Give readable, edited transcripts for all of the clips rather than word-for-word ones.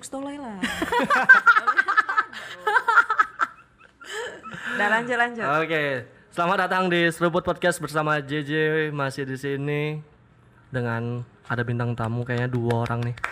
jokes tolol lah. Udah lanjut. Oke, selamat datang di Seruput Podcast bersama JJ masih di sini dengan ada bintang tamu kayaknya 2 orang nih.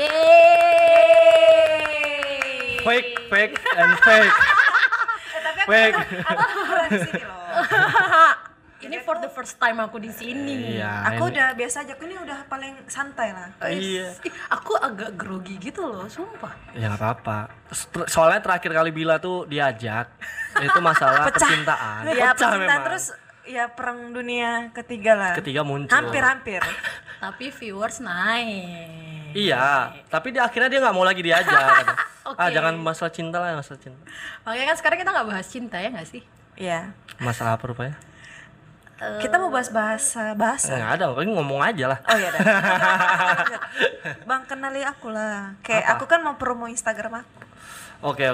Yeay. Fake and fake. Fake. Di sini loh. Ini for the first time aku di sini. Iya. Aku udah biasa aja, aku ini udah paling santai lah. Iya. Ih, aku agak grogi gitu loh, sumpah. Ya nggak apa-apa. Soalnya terakhir kali Bila tuh diajak itu masalah percintaan. Ya Pecah percintaan memang. terus ya perang dunia ketiga lah. Ketiga muncul. Hampir. Tapi viewers naik. Iya, tapi akhirnya dia nggak mau lagi diajak. Oke. Jangan masalah cinta lah, masalah cinta. Makanya kan sekarang kita nggak bahas cinta ya nggak sih? Iya. Masalah apa rupanya? Kita mau bahas bahasa. Nggak ada, paling ngomong aja lah. Oh iya dah. Bang kenali aku lah. Kayak Apa? aku kan mau promo Instagram aku. Oke.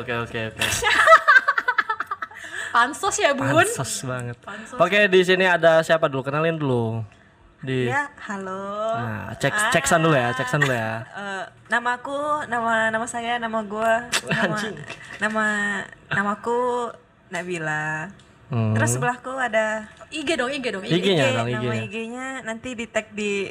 Pansos ya bun. Pansos banget. Pansos. Oke, di sini ada siapa dulu? Kenalin dulu. Ya, halo. Nah, ceksan dulu ya. Nama saya, nama gua, namaku Nabila. Terus sebelahku ada IG dong. IG-nya dong, nama IG-nya. IG-nya nanti di tag di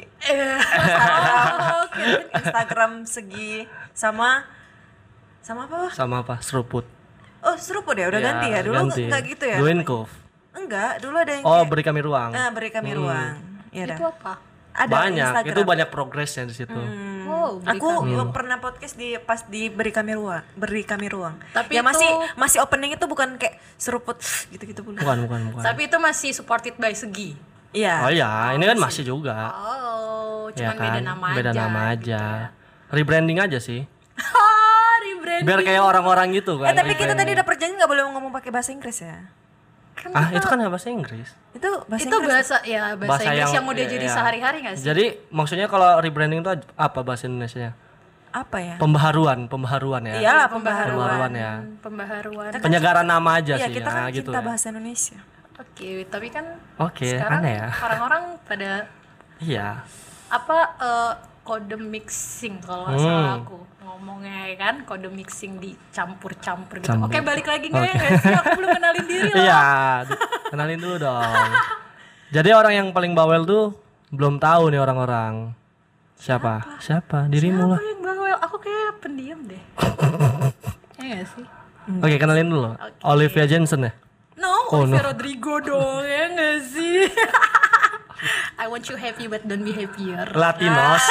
Oke. Instagram segi sama apa? Sama apa? Seruput. Oh, seruput ya, udah ganti ya. Dulu ganti. enggak gitu ya. Dulu Inkuf. Enggak, dulu ada yang Oh, kayak, beri kami ruang. beri kami ruang. Ya Itu dah. apa? Ada Banyak, Instagram. itu banyak progresnya di situ. Wow, beri Aku kami. pernah podcast pas di beri kami ruang. Tapi ya itu- masih opening itu bukan kayak seruput gitu-gitu pula. Bukan. Tapi itu masih supported by Segi. Iya. Oh iya, ini kan masih juga. Oh, Ya cuman kan? beda nama aja. Rebranding aja sih. Rebranding. Biar kayak orang-orang gitu kan. Tapi kita tadi udah perjanjian nggak boleh ngomong pakai bahasa Inggris ya. Itu kan bahasa Inggris. Itu bahasa Itu Inggris. bahasa Inggris yang udah jadi iya. sehari-hari nggak sih? Jadi maksudnya kalau rebranding itu apa bahasa Indonesianya? Apa ya? Pembaharuan ya. Iyalah Pembaharuan ya. Pembaharuan. Penyegaran nama aja Iya, sih kita ya, kan gitu cinta ya. bahasa Indonesia. Oke, tapi kan Oke, sekarang aneh ya. orang-orang pada Iya. kode mixing kalau nggak salah aku ngomongnya ya kan, kode mixing dicampur-campur gitu. Campur. Oke, balik lagi nggak ya nggak sih? Aku belum kenalin diri loh. Iya, kenalin dulu dong. Jadi orang yang paling bawel tuh belum tahu nih orang-orang. Siapa? Dirimu lah. Aku yang bawel, aku kayak pendiam deh. Ya nggak sih? Oke, kenalin dulu. Olivia Jensen ya? No, Oh, Olivia no. Rodrigo dong, ya nggak sih? I want you happy but don't be happier. Latinos.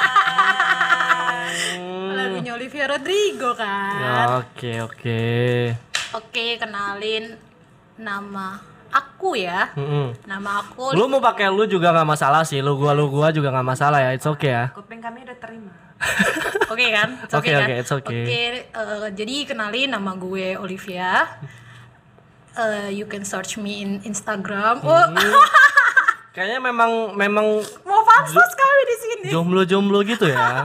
Lagunya Olivia Rodrigo kan. Oke. Oke, kenalin nama aku ya. Nama aku Lu mau pakai lu juga nggak masalah sih. Lu gua juga nggak masalah ya. It's okay ya. Kuping kami udah terima. Oke kan? It's Oke, kan? it's okay. Oke, jadi kenalin nama gue Olivia. You can search me in Instagram. Oh, Kayaknya memang mau pansos kami di sini. jomblo gitu ya.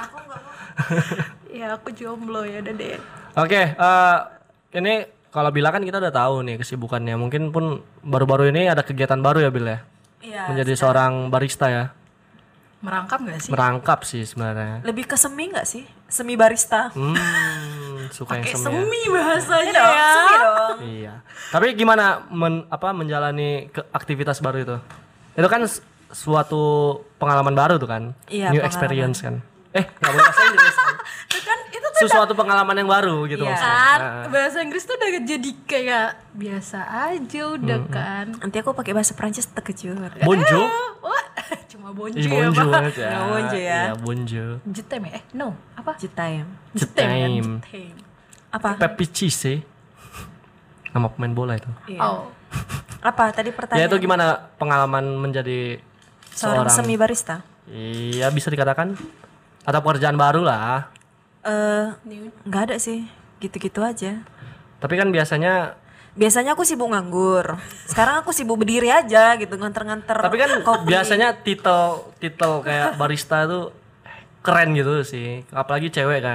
Ya aku jomblo ya, udah deh. Oke, ini kalau Bila kan kita udah tahu nih kesibukannya. Mungkin pun baru-baru ini ada kegiatan baru ya Bila ya. Iya. Menjadi seorang barista ya. Merangkap gak sih? Merangkap sih sebenarnya. Lebih ke semi nggak sih? Semi barista. Suka yang Kayak semi ya. semi bahasanya Dong, ya. semi dong. Iya. Tapi gimana menjalani aktivitas baru itu? Itu kan suatu pengalaman baru tuh kan. Iya, New pengalaman. experience kan. Nggak boleh bahasa Inggris kan. Itu kan itu tuh Sesuatu pengalaman yang baru gitu Iya. maksudnya. kan Nah. bahasa Inggris tuh udah jadi kayak biasa aja udah kan. Nanti aku pakai bahasa Prancis terkejut. Bonjour. Wah, cuma bonjour Ih, ya, bonjour Pak. aja. Nggak bonjour ya. Iya, bonjour. Jetem ya? No, apa? Jetime. Jetem ya? Jetem. Jetem. Apa? Pepici sih. Nama pemain bola itu. Iya. Oh, Apa tadi Ya pertanyaan? itu gimana pengalaman menjadi Seorang semi barista. Iya bisa dikatakan atau pekerjaan baru lah. Nggak ada sih. Gitu-gitu aja. Tapi kan biasanya Biasanya aku sibuk nganggur. Sekarang aku sibuk berdiri aja gitu, nganter-nganter. tapi kan kopi. biasanya titel kayak barista tuh keren gitu sih. Apalagi cewek kan.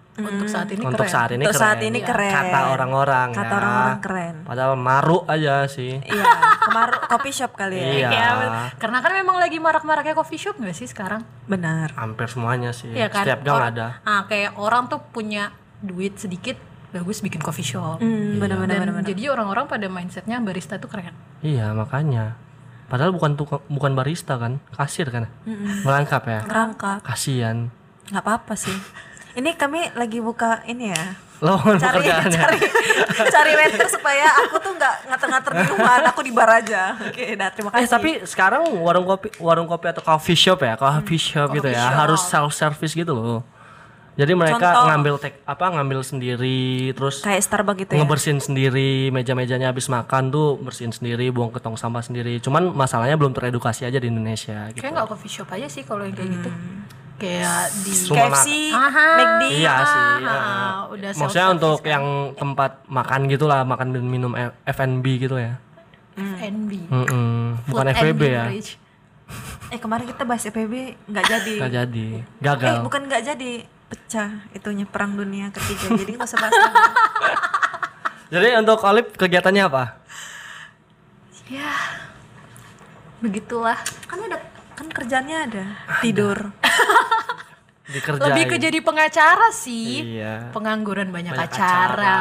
Untuk saat ini Untuk keren. saat ini Untuk keren. saat ini keren. Kata orang-orang Kata ya. orang-orang keren. Padahal maru aja sih. Iya, kemarin coffee shop kali ya. Iya. Ya, karena kan memang lagi marak-maraknya coffee shop nggak sih sekarang? Benar. Hampir semuanya sih. Iya kan? Setiap gang ada. Kayak orang tuh punya duit sedikit, bagus bikin coffee shop. Benar-benar. Dan jadi orang-orang pada mindsetnya barista itu keren. Iya, makanya. Padahal bukan barista kan, kasir kan. Melangkap ya. Rangkap. Kasian. Nggak apa-apa sih. Ini kami lagi buka ini ya. Lowongan Cari pekerjaannya. cari waiter supaya aku tuh nggak ngater-ngater di rumah, aku di bar aja. Oke, dah terima kasih. Tapi sekarang warung kopi atau coffee shop ya, gitu ya, harus self service gitu loh. Jadi mereka Contoh. ngambil sendiri, terus kayak Starbucks gitu ya. ngebersihin sendiri, meja-mejanya habis makan tuh bersihin sendiri, buang ke tong sampah sendiri. Cuman masalahnya belum teredukasi aja di Indonesia gitu. Kayak nggak coffee shop aja sih kalau yang kayak gitu. Kayak di KFC, McD. Iya sih. udah Maksudnya self-service untuk kan. yang tempat makan gitulah, makan dan minum F&B gitu ya. F&B. Bukan Food and FWB ya. beverage. Kemarin kita bahas FPB nggak jadi. Nggak jadi, gagal. Bukan nggak jadi, pecah itunya perang dunia ketiga. Jadi nggak usah bahas lagi. Jadi untuk Olip kegiatannya apa? Ya, begitulah. Kan kerjaannya ada. Tidur. Dikerjain. Lebih ke jadi pengacara sih. Iya. Pengangguran banyak Banyak acara.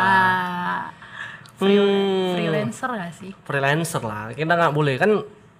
Freelancer gak sih? Freelancer lah. Kita nggak boleh kan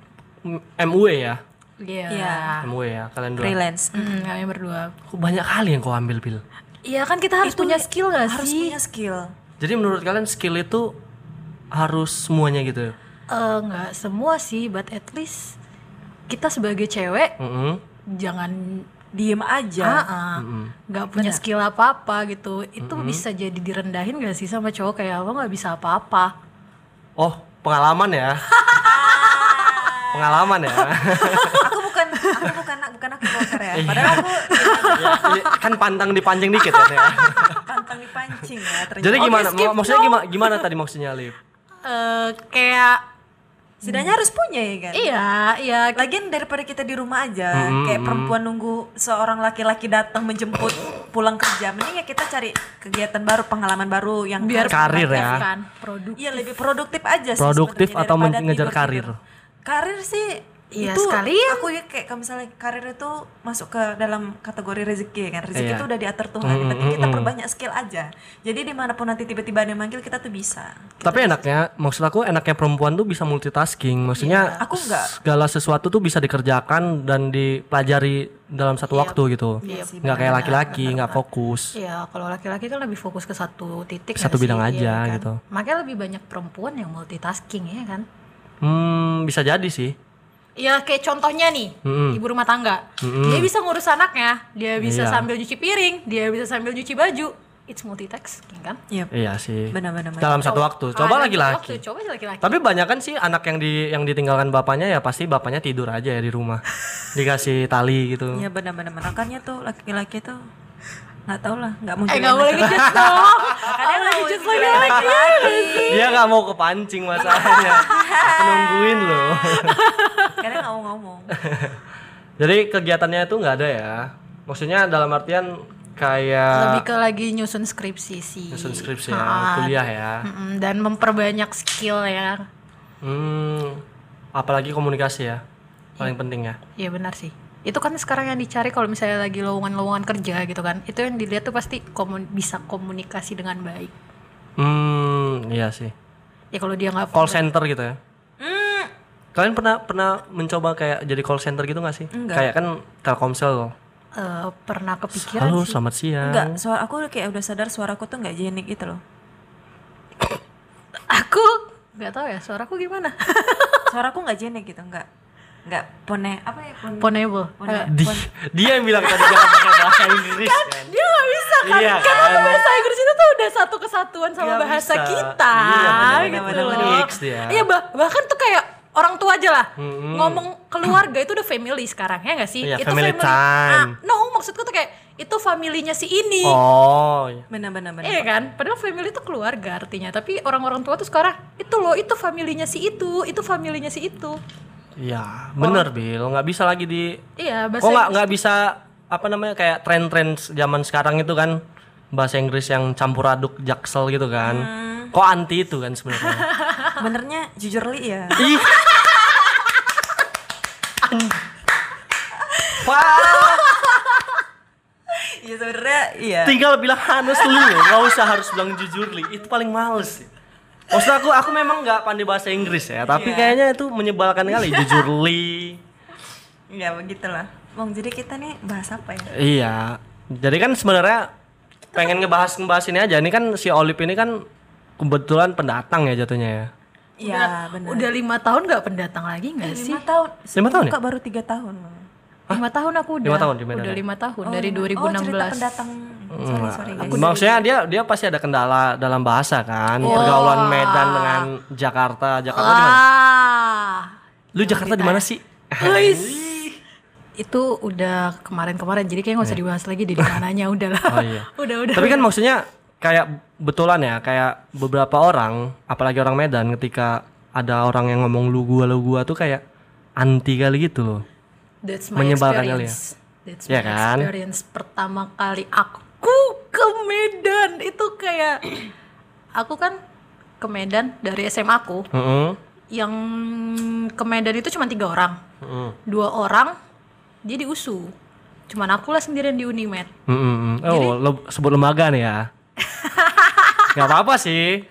MUE ya. Iya. MUE ya kalian dua. Freelance. Kami berdua. Kok banyak kali yang kau ambil Bil. Iya kan kita harus punya skill gak Harus sih? punya skill. Jadi menurut kalian skill itu harus semuanya gitu? Nggak semua sih, but at least kita sebagai cewek jangan Diem aja. nggak punya skill apa-apa gitu. Itu bisa jadi direndahin gak sih sama cowok kayak lo nggak bisa apa-apa. Oh, pengalaman ya. Pengalaman ya. aku bukan aku broker ya. Padahal aku Ya, kan pantang dipancing dikit ya. Teh. pantang dipancing ya ternyata. Jadi gimana? skip Maksudnya gimana tadi maksudnya Lip? Kayak Setidaknya harus punya ya kan. iya Lagian daripada kita di rumah aja, kayak perempuan nunggu seorang laki-laki datang menjemput pulang kerja, mending ya kita cari kegiatan baru, pengalaman baru yang biar harus Karir produktif ya. kan produk. Iya lebih produktif aja sih. Produktif sebenarnya atau daripada mengejar tidur-tidur. karir? Karir sih Iya, itu sekalian. aku ya kayak kalau misalnya karir itu masuk ke dalam kategori rezeki ya kan. Rezeki Iya. itu udah diatur Tuhan. Yang penting kita perbanyak skill aja. Jadi dimanapun nanti tiba-tiba ada yang manggil kita tuh bisa. Tapi enaknya, maksud aku enaknya perempuan tuh bisa multitasking. Maksudnya Aku enggak. segala sesuatu tuh bisa dikerjakan dan dipelajari dalam satu waktu gitu. Iya sih, Nggak kayak laki-laki, nggak fokus. Iya, kalau laki-laki kan lebih fokus ke satu titik Satu nggak bidang sih? aja Iya kan? gitu. Makanya lebih banyak perempuan yang multitasking ya kan. Bisa jadi sih. Ya kayak contohnya nih, ibu rumah tangga. Dia bisa ngurus anaknya, dia bisa Iya. sambil nyuci piring, dia bisa sambil nyuci baju. It's multitasking kan? Iya. Iya sih. Benar-benar. Dalam satu waktu. Coba laki-laki. Coba laki-laki. Tapi banyak kan sih anak yang ditinggalkan bapaknya ya pasti bapaknya tidur aja ya di rumah. Dikasih tali gitu. Iya benar-benar. Makanya tuh laki-laki tuh nggak tahu lah, nggak mau Nggak jadi boleh anak. ngejudge dong. Kadang nggak mau Ngejudge jadi laki-laki. Dia nggak mau kepancing masalahnya. Aku nungguin loh. Kadang nggak mau ngomong. Jadi kegiatannya itu nggak ada ya. Maksudnya dalam artian kayak Lebih ke lagi nyusun skripsi sih. nyusun skripsi ya, kuliah ya. Dan memperbanyak skill ya. Apalagi komunikasi ya. Paling penting ya. Iya benar sih. Itu kan sekarang yang dicari kalau misalnya lagi lowongan-lowongan kerja gitu kan. Itu yang dilihat tuh pasti bisa komunikasi dengan baik. Iya sih. Ya kalau dia nggak Call center gitu ya. Kalian pernah mencoba kayak jadi call center gitu nggak sih? Enggak. Kayak kan Telkomsel. pernah kepikiran Halo, sih. selamat siang. Enggak, suara aku kayak udah sadar suaraku tuh nggak jenik gitu loh. Aku nggak tahu ya suaraku gimana. Suaraku nggak jenik gitu, nggak apa ya Ponable. Dia yang bilang tadi jangan pakai bahasa Inggris kan. Dia nggak bisa kan? Iya Karena kan? bahasa Inggris itu tuh udah satu kesatuan sama Nggak bahasa bisa. kita. Iya, bener-bener gitu loh. mix dia. Iya bahkan tuh kayak orang tua aja lah ngomong keluarga itu udah family sekarang ya nggak sih? Iya, itu family time. No, maksudku tuh kayak itu familinya si ini. Oh, iya. benar-benar. Iya kan? Padahal family itu keluarga artinya. Tapi orang-orang tua tuh sekarang itu loh, itu familinya si itu familinya si itu. Iya, bener Bil, nggak bisa lagi di. Iya, bahasa Kok nggak bisa apa namanya kayak tren-tren zaman sekarang itu kan bahasa Inggris yang campur aduk jaksel gitu kan. Kok anti itu kan sebenarnya? Benernya jujur li ya. Ih. Wah, Iya sebenarnya iya. tinggal bilang honestly, nggak usah harus bilang jujur li. Itu paling males. Maksud aku memang nggak pandai bahasa Inggris ya, tapi Iya. kayaknya itu menyebalkan kali jujur li. Ya begitulah. Bang, jadi kita nih bahas apa ya? Iya. Jadi kan sebenarnya pengen ngebahas ini aja. Ini kan si Olip ini kan kebetulan pendatang ya jatuhnya ya. Iya benar. Udah 5 tahun nggak pendatang lagi nggak sih? 5 tahun. 5 tahun ya? Buka baru 3 tahun. 5 tahun aku udah. 5 tahun di Medan Udah ya? 5 tahun dari Oh, 2016. cerita pendatang. Sorry guys. Maksudnya dia pasti ada kendala dalam bahasa kan. Pergaulan Medan dengan Jakarta. Jakarta di mana? Lu Jakarta di mana sih? Guys, itu udah kemarin-kemarin jadi kayak nggak usah dibahas lagi di mananya udahlah. Oh iya. udah. Tapi kan maksudnya kayak betulan ya, kayak beberapa orang, apalagi orang Medan ketika ada orang yang ngomong lu gua tuh kayak anti kali gitu loh. That's my Menyebalkan kali ya? experience. That's Iya my kan? experience pertama kali aku ke Medan itu kayak aku kan ke Medan dari SMA aku. Heeh. Yang ke Medan itu cuma 3 orang. Heeh. 2 orang dia di USU. Cuman aku lah sendirian di Unimed. Oh, sebut lembaga nih ya. Gak apa-apa sih.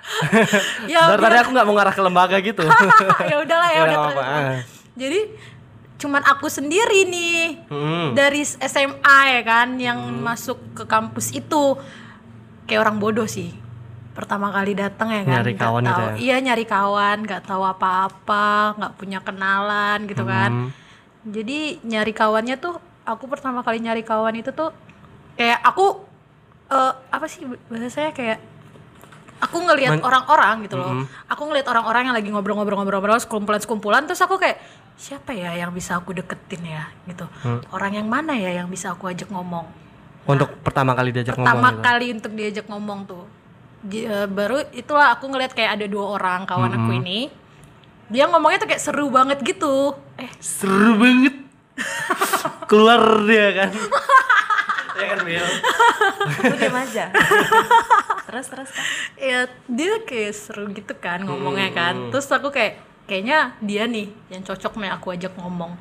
Ya, Dari tadi aku nggak mau ngarah ke lembaga gitu. ya udahlah ya Ya, udah. nggak apa-apa. Jadi cuman aku sendiri nih Mm. dari SMA ya kan yang masuk ke kampus itu kayak orang bodoh sih. Pertama kali datang ya kan. Nyari nggak kawan gitu tahu- ya? Iya nyari kawan, nggak tahu apa-apa, nggak punya kenalan gitu kan. Jadi nyari kawannya tuh aku pertama kali nyari kawan itu tuh kayak aku apa sih bahasanya kayak aku ngelihat orang-orang gitu loh. Aku ngelihat orang-orang yang lagi ngobrol-ngobrol sekumpulan terus aku kayak siapa ya yang bisa aku deketin ya gitu. Orang yang mana ya yang bisa aku ajak ngomong. Untuk pertama kali diajak ngomong Pertama gitu. kali untuk diajak ngomong tuh. Baru itulah aku ngelihat kayak ada 2 orang kawan aku ini. Dia ngomongnya tuh kayak seru banget gitu. Seru banget. Keluar dia kan. Ya kan Mil. Aku diam aja. terus kan. Ya dia kayak seru gitu kan ngomongnya kan. Terus aku kayaknya dia nih yang cocok nih aku ajak ngomong.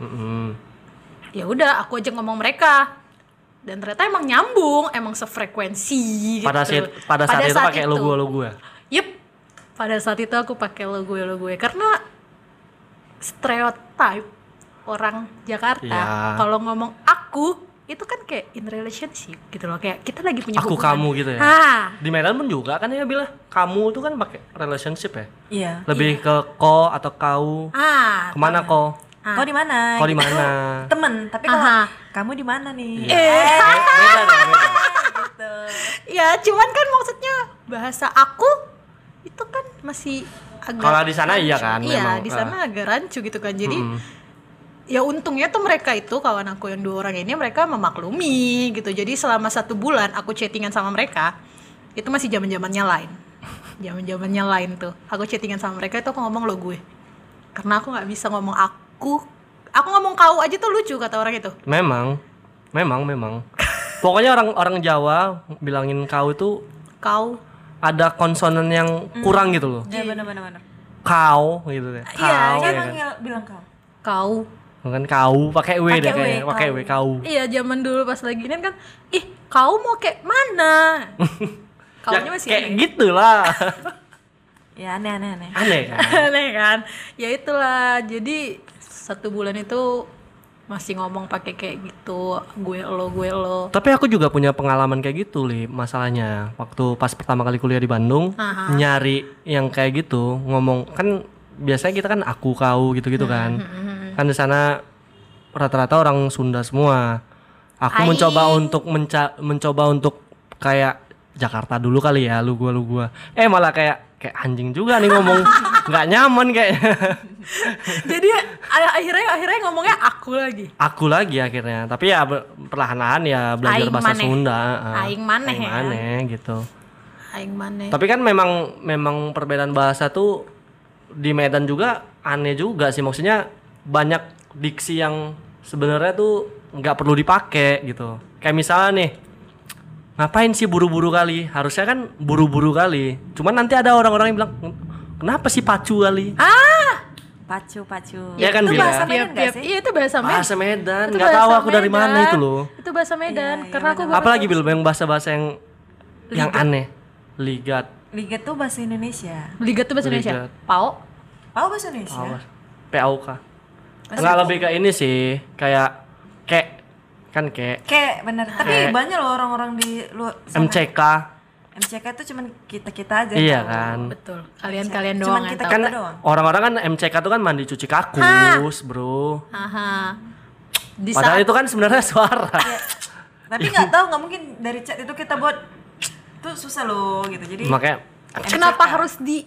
Ya udah aku ajak ngomong mereka. Dan ternyata emang nyambung, emang sefrekuensi gitu. Pada saat itu pakai logo ya. Yep. Pada saat itu aku pakai logo karena stereotype orang Jakarta Iya. kalau ngomong aku itu kan kayak in relationship gitu loh, kayak kita lagi punya Aku hubungan. kamu gitu ya. Di Medan pun juga kan ya bilang kamu tuh kan pakai relationship ya. Iya. Lebih ke ko atau kau. Kemana ko? Kau di mana? Kau di mana? Temen, tapi kalau Aha. kamu di mana nih? Beda dong, beda. Gitu. Ya cuman kan maksudnya bahasa aku itu kan masih agak Kalau di sana iya kan, iya memang. di sana agak rancu gitu kan, jadi ya untungnya tuh mereka itu kawan aku yang 2 orang ini mereka memaklumi gitu. Jadi selama 1 bulan aku chattingan sama mereka itu masih zaman-zamannya lain tuh. Aku chattingan sama mereka itu aku ngomong lo gue, karena aku nggak bisa ngomong aku ngomong kau aja tuh lucu kata orang itu. Memang. Pokoknya orang Jawa bilangin kau itu Kau ada konsonan yang kurang gitu loh. Ya benar. Kau gitu deh. Kau. Iya, ya emang kan? bilang kau. kau Kan kau pakai W deh Pakai W, kayaknya, pakai W kau. Iya zaman dulu pas lagi ini kan kau mau kayak mana? Kaunya masih kayak aneh. gitulah. Ya aneh. Aneh kan? Aneh kan? Ya itulah. Jadi 1 bulan itu masih ngomong pakai kayak gitu, gue lo. Tapi aku juga punya pengalaman kayak gitu, Li. Masalahnya waktu pas pertama kali kuliah di Bandung, nyari yang kayak gitu, ngomong kan biasanya kita kan aku kau gitu-gitu kan. Kan di sana rata-rata orang Sunda semua. Aku mencoba untuk kayak Jakarta dulu kali ya, lu gua. Malah kayak anjing juga nih ngomong, nggak nyaman kayaknya. Jadi akhirnya ngomongnya aku lagi. Aku lagi akhirnya, tapi ya perlahan-lahan ya belajar Aing bahasa maneh. Sunda. Aing maneh ya. Gitu. Aing maneh. Tapi kan memang perbedaan bahasa tuh di Medan juga aneh juga sih, maksudnya banyak diksi yang sebenarnya tuh nggak perlu dipakai gitu. Kayak misalnya nih, ngapain sih buru-buru kali? Harusnya kan buru-buru kali. Cuman nanti ada orang-orang yang bilang, kenapa sih pacu kali? Pacu. Ya kan itu Bil, bahasa ya? Medan nggak sih? Iya itu bahasa Medan. Bahasa Medan, Itu nggak tahu bahasa aku dari mana Medan. itu loh. Itu bahasa Medan. Iya, Karena aku baru Apalagi tahu. Bil, yang bahasa-bahasa yang aneh. Ligat. Liget tuh bahasa Indonesia. Ligat tuh bahasa Indonesia. Ligat. Pao. Pau bahasa Indonesia. PAUK. Nggak lebih ke ini sih, kayak kan Kayak bener. Tapi Kayak- banyak loh orang-orang di luar sana. MCK. MCK itu cuman kita aja. Iya tahu. kan. Betul. Kalian doang Cuman yang kita tahu. Kan doang. orang-orang kan MCK tuh kan mandi cuci kakus, bro. Aha. Di Padahal saat itu kan sebenarnya suara. Tapi nggak tahu, nggak mungkin dari chat itu kita buat itu susah loh gitu. Jadi Makanya kenapa harus di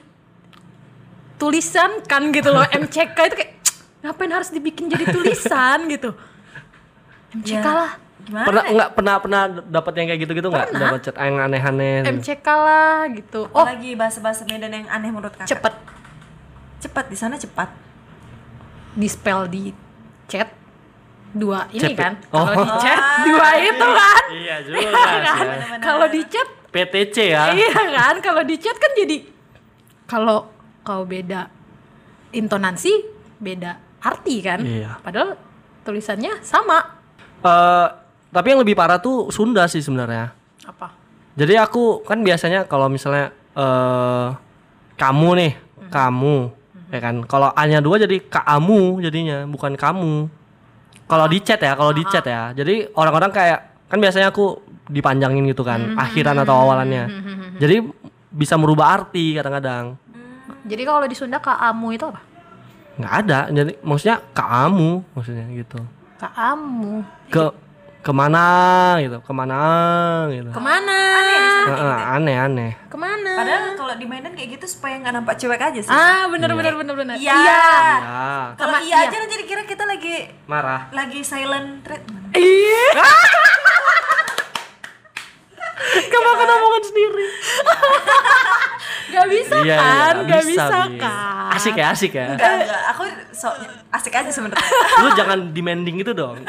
tulisan kan gitu loh MCK itu kayak ngapain harus dibikin jadi tulisan gitu. MCK Ya, lah. gimana? pernah dapat yang kayak gitu-gitu nggak? Dapat chat yang aneh-aneh. MCK lah gitu. Oh, Apalagi bahasa-bahasa Medan yang aneh menurut kakak. cepet Cepat di sana cepat. di spell di chat dua ini Cepet. kan. Oh. Kalau di chat dua itu kan. Iya juga sih. Ya. Kalau di chat PTC ya. iya kan. Kalau di chat kan jadi kalau kau beda intonasi, beda arti kan. Iya. Padahal tulisannya sama. Tapi yang lebih parah tuh Sunda sih sebenarnya. Apa? Jadi aku kan biasanya kalau misalnya kamu nih, kamu ya kan. Kalau A-nya 2 jadi kaamu jadinya, bukan kamu. Kalau di chat ya. Jadi orang-orang kayak kan biasanya aku dipanjangin gitu kan, akhiran atau awalannya. Jadi bisa merubah arti kadang-kadang. Jadi kalau di Sunda kaamu itu apa? Nggak ada. Jadi maksudnya kaamu maksudnya gitu. Kaamu. Kemana gitu. Kemana. Kemana? Aneh. Kemana? Padahal kalau di Medan kayak gitu supaya nggak nampak cewek aja sih. Bener. Iya. Ya, Kalau Sama iya iya. aja nanti dikira kita marah. lagi silent treatment. Iya. Kamu akan omongan sendiri. Gak bisa Iya, kan? nggak Gak bisa Bi. kan? Asik ya. Enggak. Aku asik aja sebenarnya. Lu jangan demanding gitu dong.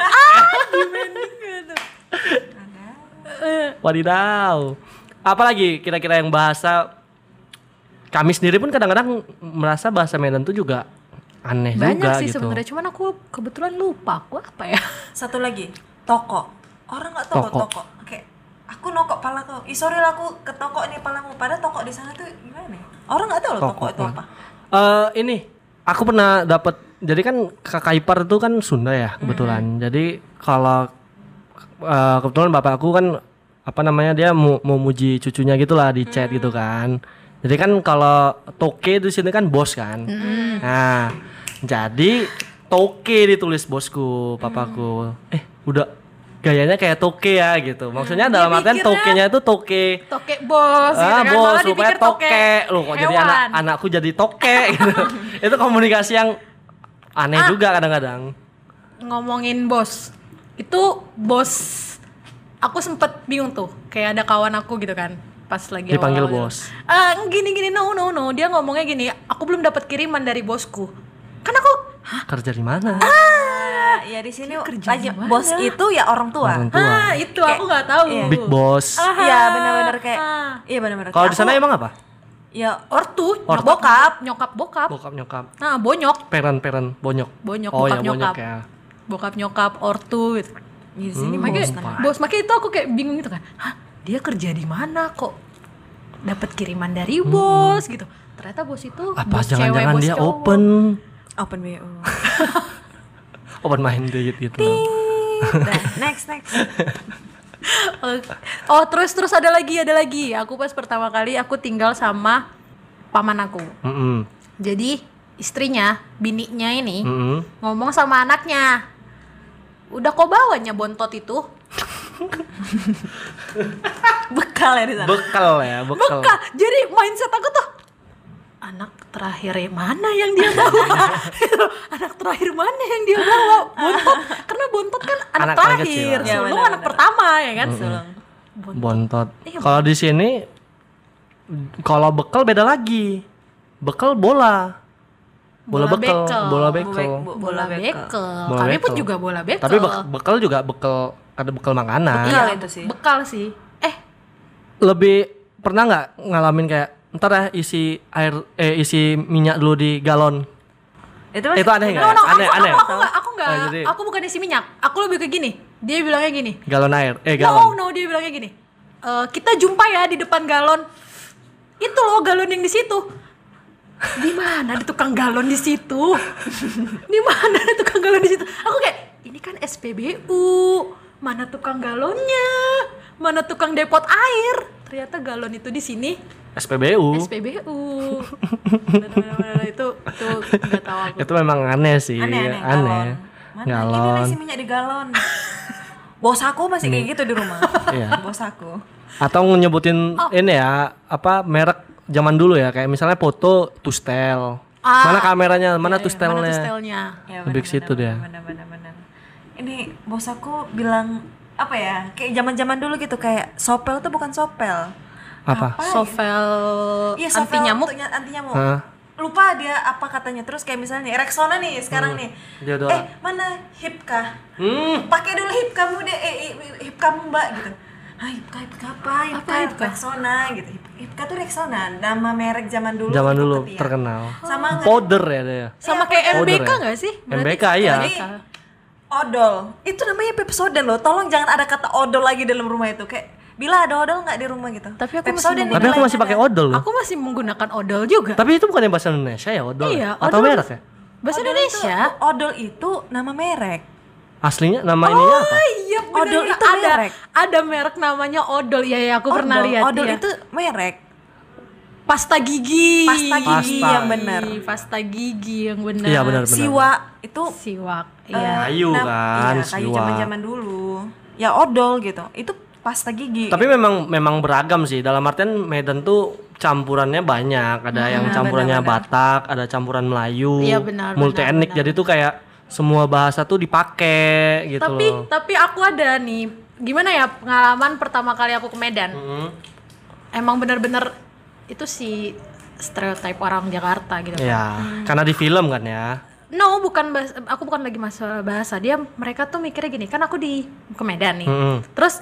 Wadidaw. Apalagi kira-kira yang bahasa kami sendiri pun kadang-kadang merasa bahasa Medan tuh juga aneh Banyak juga sih gitu. sebenarnya, cuman aku kebetulan lupa aku apa ya. Satu lagi, toko. Orang nggak tahu Toko. toko. Kayak aku nokok pala kau. Sorry lah aku ke toko nih palamu. Padahal toko di sana tuh gimana ya? Orang nggak tahu loh toko itu apa. Ini aku pernah dapat. Jadi kan kakak ipar itu kan Sunda ya kebetulan. Jadi kalau kebetulan bapak aku kan apa namanya dia mau muji cucunya gitulah di chat gitu kan. Jadi kan kalau toke di sini kan bos kan. Nah, jadi toke ditulis bosku, papaku. Udah gayanya kayak toke ya gitu. Maksudnya dalam artian mikirnya tokenya itu toke. Toke bos gitu kan. Bos, Malah supaya dipikir toke. Loh kok jadi hewan. anakku jadi toke gitu. Itu komunikasi yang aneh juga kadang-kadang. Ngomongin bos. Itu bos, aku sempet bingung tuh. Kayak ada kawan aku gitu kan. Pas lagi Dipanggil awal-awal bos. gitu. Gini no. Dia ngomongnya gini, aku belum dapat kiriman dari bosku. Kan aku, Kerja di mana? Ya di sini kerja aja di mana? bos itu ya orang tua. Orang tua. itu aku nggak tahu. Iya. Big boss. Iya benar-benar kayak. Iya benar-benar. Kalau di Kayak sana aku- emang apa? ya Ortu, bokap. nyokap. Bokap nyokap. Nah, bonyok, Parent bonyok. Bonyok, Oh ya bokap bonyok nyokap. ya. bokap nyokap, ortu gitu. di sini Makanya bos. makanya itu aku kayak bingung gitu kan. Hah, dia kerja di mana kok dapat kiriman dari bos gitu. Ternyata bos itu Apa bos cewek, jangan-jangan bos dia cowok. Open BO. open minded gitu. Nah, next. Oh, terus ada lagi. Aku pas pertama kali aku tinggal sama paman aku. Jadi istrinya, bininya ini ngomong sama anaknya. Udah kok bawanya bontot itu? Bekal ya di sana. Bekal. Bekah. Jadi mindset aku tuh anak terakhir mana yang dia bawa? Anak terakhir mana yang dia bawa? Bontot. Karena bontot kan anak Anak paling terakhir. kecil. Ya, Sulung benar-benar. anak pertama ya kan? Sulung. Bontot. Iya, Kalau di sini kalau bekal beda lagi. Bekal bola. Bola bekel. Bola bekel. bekel. Bola Kami pun bekel. juga bola bekel. Tapi bekal juga bekal ada bekal makanan. Bekal itu sih. Bekal sih. lebih pernah nggak ngalamin kayak ntar ya isi minyak dulu di galon. Itu aneh nggak? Aneh. Aku nggak. Aku bukan isi minyak. Aku lebih ke gini. Dia bilangnya gini. Galon air. Galon. No, dia bilangnya gini. Kita jumpa ya di depan galon. Itu loh galon yang di situ. Di mana ada tukang galon di situ? Di mana ada tukang galon di situ? Aku kayak, ini kan SPBU. Mana tukang galonnya? Mana tukang depot air? Ternyata galon itu di sini. SPBU. Bener-bener itu nggak tahu aku. Itu memang aneh sih. Aneh. Mana Galon. ini isi minyak di galon. Bos aku masih kayak gitu di rumah. Iya. Bos aku. Atau nyebutin ini ya, merek zaman dulu ya, kayak misalnya foto Tustel. Mana kameranya, mana Tustelnya. Mana Tustelnya. Ya, lebih ke situ dia. Bener. Ini bos aku bilang apa ya? Kayak zaman-zaman dulu gitu, kayak Sopel tuh bukan Sopel. Apa? Sovel Iya, anti nyamuk. Anti nyamuk. Lupa dia apa katanya. Terus kayak misalnya nih, Rexona nih sekarang nih. Deodoran. Mana Hipka? Pakai dulu Hipkamu deh, Hipkamu Mbak gitu. Hipka apa? Hipka Rexona gitu. Hipka tuh Rexona, nama merek zaman dulu. Zaman dulu ya. terkenal. Sama Powder ya dia. Sama kayak powder MBK ya? nggak sih? MBK iya. Odol. Itu namanya Pepsodent loh. Tolong jangan ada kata odol lagi dalam rumah itu. Kayak bila ada odol nggak di rumah gitu. Tapi aku Pepsodent masih Tapi aku masih pakai odol loh. Aku masih menggunakan odol juga. Tapi itu bukannya bahasa Indonesia ya odol? Iya, Atau odol. merek ya? Bahasa Odol Indonesia. Odol itu nama merek. Aslinya nama ininya apa? Iya, bener. Odol itu ada merek. ada merek namanya odol. Iya, aku pernah lihat. Odol ya. itu merek. Pasta gigi. Pasta gigi Pasta. yang benar. Pasta gigi yang benar. Iya benar. Siwa itu Siwak. Iya. Kayu kan, iya, kayu siwa. zaman-zaman dulu. Ya odol gitu. Itu pasta gigi. Tapi memang beragam sih. Dalam artian Medan tuh campurannya banyak. Ada yang campurannya Batak, ada campuran Melayu, Iya, benar, multi etnik. Jadi tuh kayak semua bahasa tuh dipakai gitu loh. Tapi aku ada nih. Gimana ya pengalaman pertama kali aku ke Medan? Emang bener-bener itu sih stereotip orang Jakarta gitu. Ya, karena di film kan ya. No, aku bukan lagi masalah bahasa. Mereka tuh mikirnya gini, kan aku ke Medan nih. Terus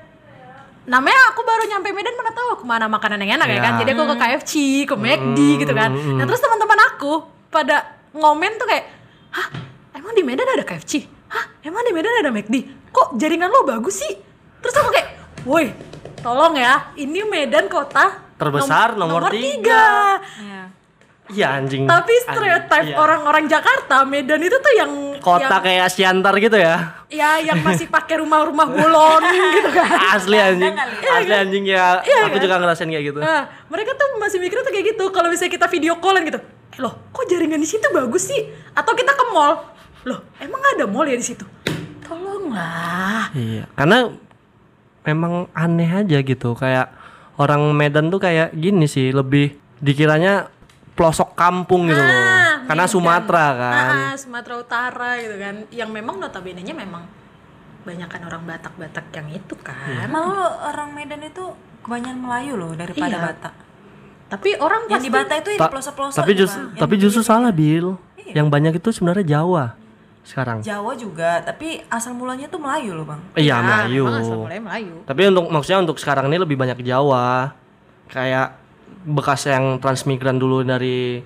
namanya aku baru nyampe Medan, mana tahu aku mana makanan yang enak ya kan. Jadi aku ke KFC, ke McD gitu kan. Nah, terus teman-teman aku pada ngomen tuh kayak, "Hah, emang di Medan ada KFC? Hah, emang di Medan ada McD? Kok jaringan lo bagus sih?" Terus aku kayak, "Woi, tolong ya, ini Medan kota Terbesar nomor 3. Iya. Iya anjing. Tapi stereotip Iya. orang-orang Jakarta, Medan itu tuh yang Kota kayak Siantar gitu ya. ya yang masih pakai rumah-rumah bolon gitu kan. Asli anjing. Asli anjing ya. Aku juga ngerasain kayak gitu. Nah, mereka tuh masih mikirnya tuh kayak gitu. Kalau misalnya kita video callan gitu, loh, kok jaringan di situ bagus sih? Atau kita ke mall, loh, emang ada mall ya di situ? Tolonglah. Iya, karena memang aneh aja gitu. Kayak orang Medan tuh kayak gini sih, lebih dikiranya pelosok kampung gitu loh. Karena Medan. Sumatera kan. Sumatera Utara gitu kan. Yang memang notabene-nya memang banyakan orang Batak-Batak yang itu kan. Malah orang Medan itu kebanyakan Melayu loh daripada Iya. Batak. Tapi orang Yang di pasti Batak itu yang di pelosok-pelosok. Tapi justru salah Bil. Yang banyak itu sebenarnya Jawa sekarang. Jawa juga, tapi asal mulanya tuh Melayu loh bang. Iya Melayu. memang asal mulai Melayu. Tapi maksudnya untuk sekarang ini lebih banyak Jawa. Kayak bekas yang transmigran dulu dari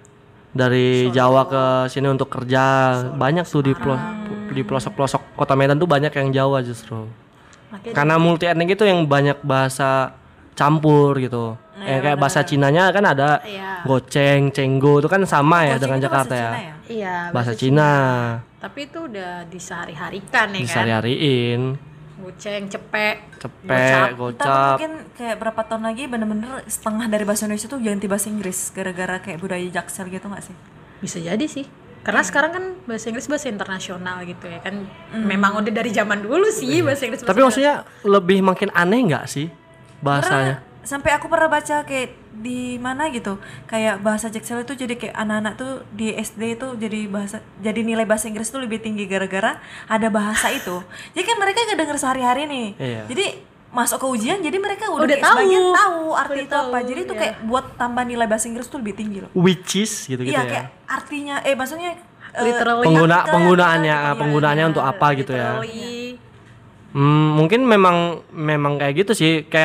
Jawa ke sini untuk kerja. Banyak tuh di pelosok-pelosok kota Medan tuh banyak yang Jawa justru. Makanya Karena multi etnik itu yang banyak bahasa campur gitu. Kayak bahasa Cinanya kan ada Iya. goceng, cenggo itu kan sama ya Goceng dengan itu Jakarta bahasa ya. Cina ya? Iya, Bahasa Cina. tapi itu udah disehari-harikan ya kan. Disehari-hariin. Goceng, cepek, Cepek, Tapi gocap. mungkin kayak berapa tahun lagi bener-bener setengah dari bahasa Indonesia tuh ganti bahasa Inggris gara-gara kayak budaya Jaksel gitu nggak sih? bisa jadi sih. Karena sekarang kan bahasa Inggris bahasa internasional gitu ya kan. Memang udah dari zaman dulu sih bahasa Inggris. Tapi maksudnya lebih makin aneh nggak sih bahasanya? Sampai aku pernah baca kayak di mana gitu, kayak bahasa Jaksel itu jadi kayak anak-anak tuh di SD itu jadi nilai bahasa Inggris tuh lebih tinggi gara-gara ada bahasa itu. Jadi kan mereka nggak denger sehari-hari nih. Iya. Jadi masuk ke ujian jadi mereka udah Udah kayak tahu. sebagian tahu arti Udah itu apa. tahu, Jadi itu iya. kayak buat tambah nilai bahasa Inggris tuh lebih tinggi loh. Which is gitu-gitu Iya ya. kayak artinya maksudnya Literally. Penggunaannya untuk apa gitu ya. Literally. Mungkin memang kayak gitu sih, kayak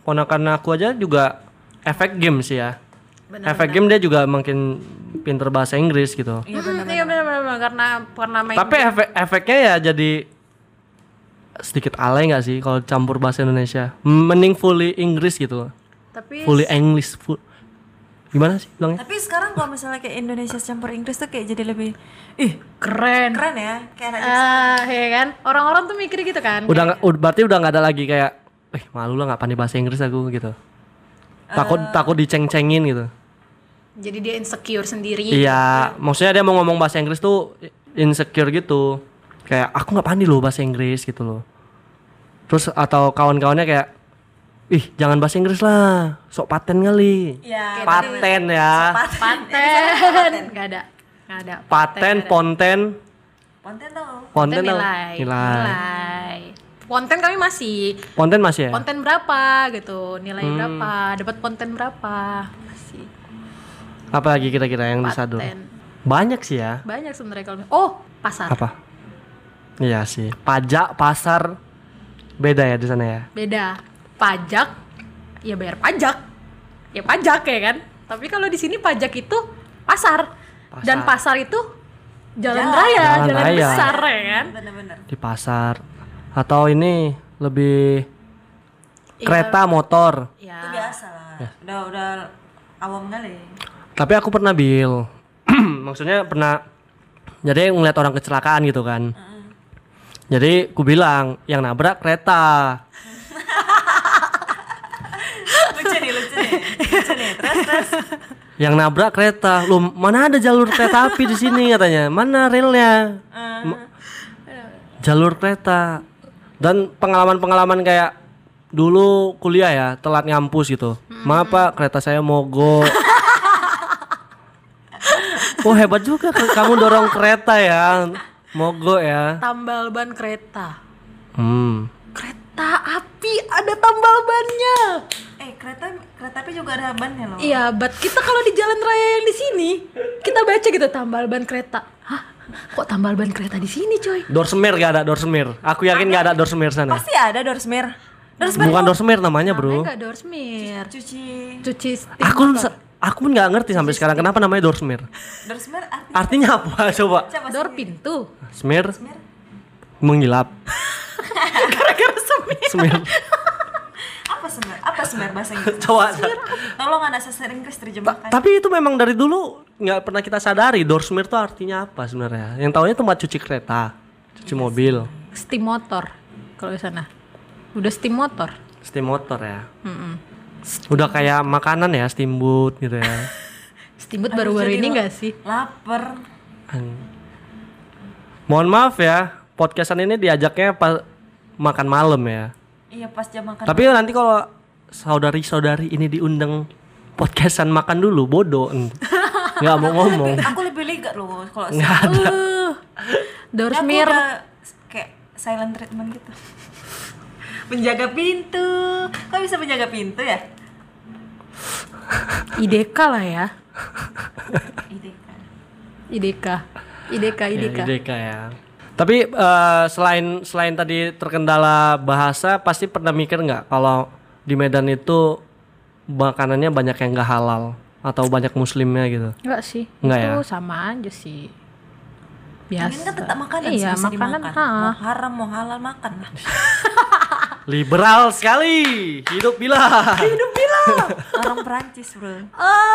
ponakan aku aja juga efek game sih ya. Efek game dia juga makin pinter bahasa Inggris gitu. Iya benar karena main. Tapi efeknya ya jadi sedikit alay nggak sih kalau campur bahasa Indonesia. Mending fully Inggris gitu. Tapi Fully English. Gimana sih bilangnya? Tapi sekarang kalau misalnya kayak Indonesia campur Inggris tuh kayak jadi lebih keren. keren ya, kayak anak Jackson. Ya kan? Orang-orang tuh mikir gitu kan. Berarti udah nggak ada lagi kayak, malu lah nggak pandai bahasa Inggris aku gitu. Takut diceng-cengin gitu. Jadi dia insecure sendiri. Iya, maksudnya dia mau ngomong bahasa Inggris tuh insecure gitu. Kayak aku nggak pandai loh bahasa Inggris gitu loh. Terus atau kawan-kawannya kayak, jangan bahasa Inggris lah, sok paten kali. Iya. Paten ya. Paten. Nggak ada. Paten, ponten. Ponten tau. Ponten nilai. Ponten kami masih. Ponten masih ya? Ponten berapa gitu, nilai berapa, dapat ponten berapa masih. Apa lagi kira-kira yang disadur? Banyak sih ya. Banyak sebenarnya kalau pasar. Apa? Iya sih. Pajak, pasar beda ya di sana ya. Beda. Pajak, ya bayar pajak. Ya pajak ya kan. Tapi kalau di sini pajak itu pasar. Dan pasar itu jalan raya, jalan besar ya kan. Bener-bener. Di pasar. Atau ini lebih kereta, motor. Ya. Itu biasa lah. Udah awam kali. Tapi aku pernah maksudnya pernah jadi ngeliat orang kecelakaan gitu kan. Jadi ku bilang yang nabrak kereta. Lucu nih. Terus. Yang nabrak kereta. Loh, mana ada jalur kereta api di sini katanya. Mana relnya? Jalur kereta. Dan pengalaman kayak dulu kuliah ya, telat ngampus gitu. Maaf Pak, kereta saya mogok. Oh hebat juga kamu dorong kereta ya, mogok ya. Tambal ban kereta. Kereta api ada tambal bannya. Kereta api juga ada bannya loh. Iya, kita kalau di jalan raya yang di sini, kita baca gitu tambal ban kereta. Hah? Kok tambal ban kereta di sini, coy? Dorsemir gak ada dorsemir. Aku yakin gak ada dorsemir sana. Pasti ada Dorsmir. Bukan dorsemir namanya, Bro. Namanya gak dorsmir. Cuci steam Aku pun nggak ngerti sampai sekarang kenapa namanya dorsmir. Dorsmir Artinya apa coba? Dor pintu. Smir mengilap. Gara-gara semir. Apa semir bahasa Inggris? Coba. Tolong anak sastra Inggris terjemahkan. Tapi itu memang dari dulu nggak pernah kita sadari dorsmir itu artinya apa sebenarnya. Yang taunya tempat cuci kereta, cuci mobil. Steam motor kalau di sana. Udah steam motor. Steam motor ya. Udah kayak makanan ya, steamboat gitu ya. Steamboat baru-baru ini nggak sih? Lapar. Mohon maaf ya, podcastan ini diajaknya pas makan malam ya. Iya pas jam makan. Tapi nanti kalau saudari-saudari ini diundang podcastan makan dulu, bodoh. Nggak mau ngomong. Aku lebih lega loh kalau nggak ada. Dorsmir kayak silent treatment gitu. Menjaga pintu. Kok bisa menjaga pintu ya? IDK lah ya. IDK ya. Tapi selain tadi terkendala bahasa, pasti pernah mikir nggak kalau di Medan itu makanannya banyak yang nggak halal atau banyak muslimnya gitu? Nggak sih. Nggak itu ya? sama aja sih. Biasa. Mungkin kan tetap makanan iya, bisa makanan, dimakan. Mau haram mau halal makan lah. Liberal sekali. Hidup bila. Orang Perancis bro.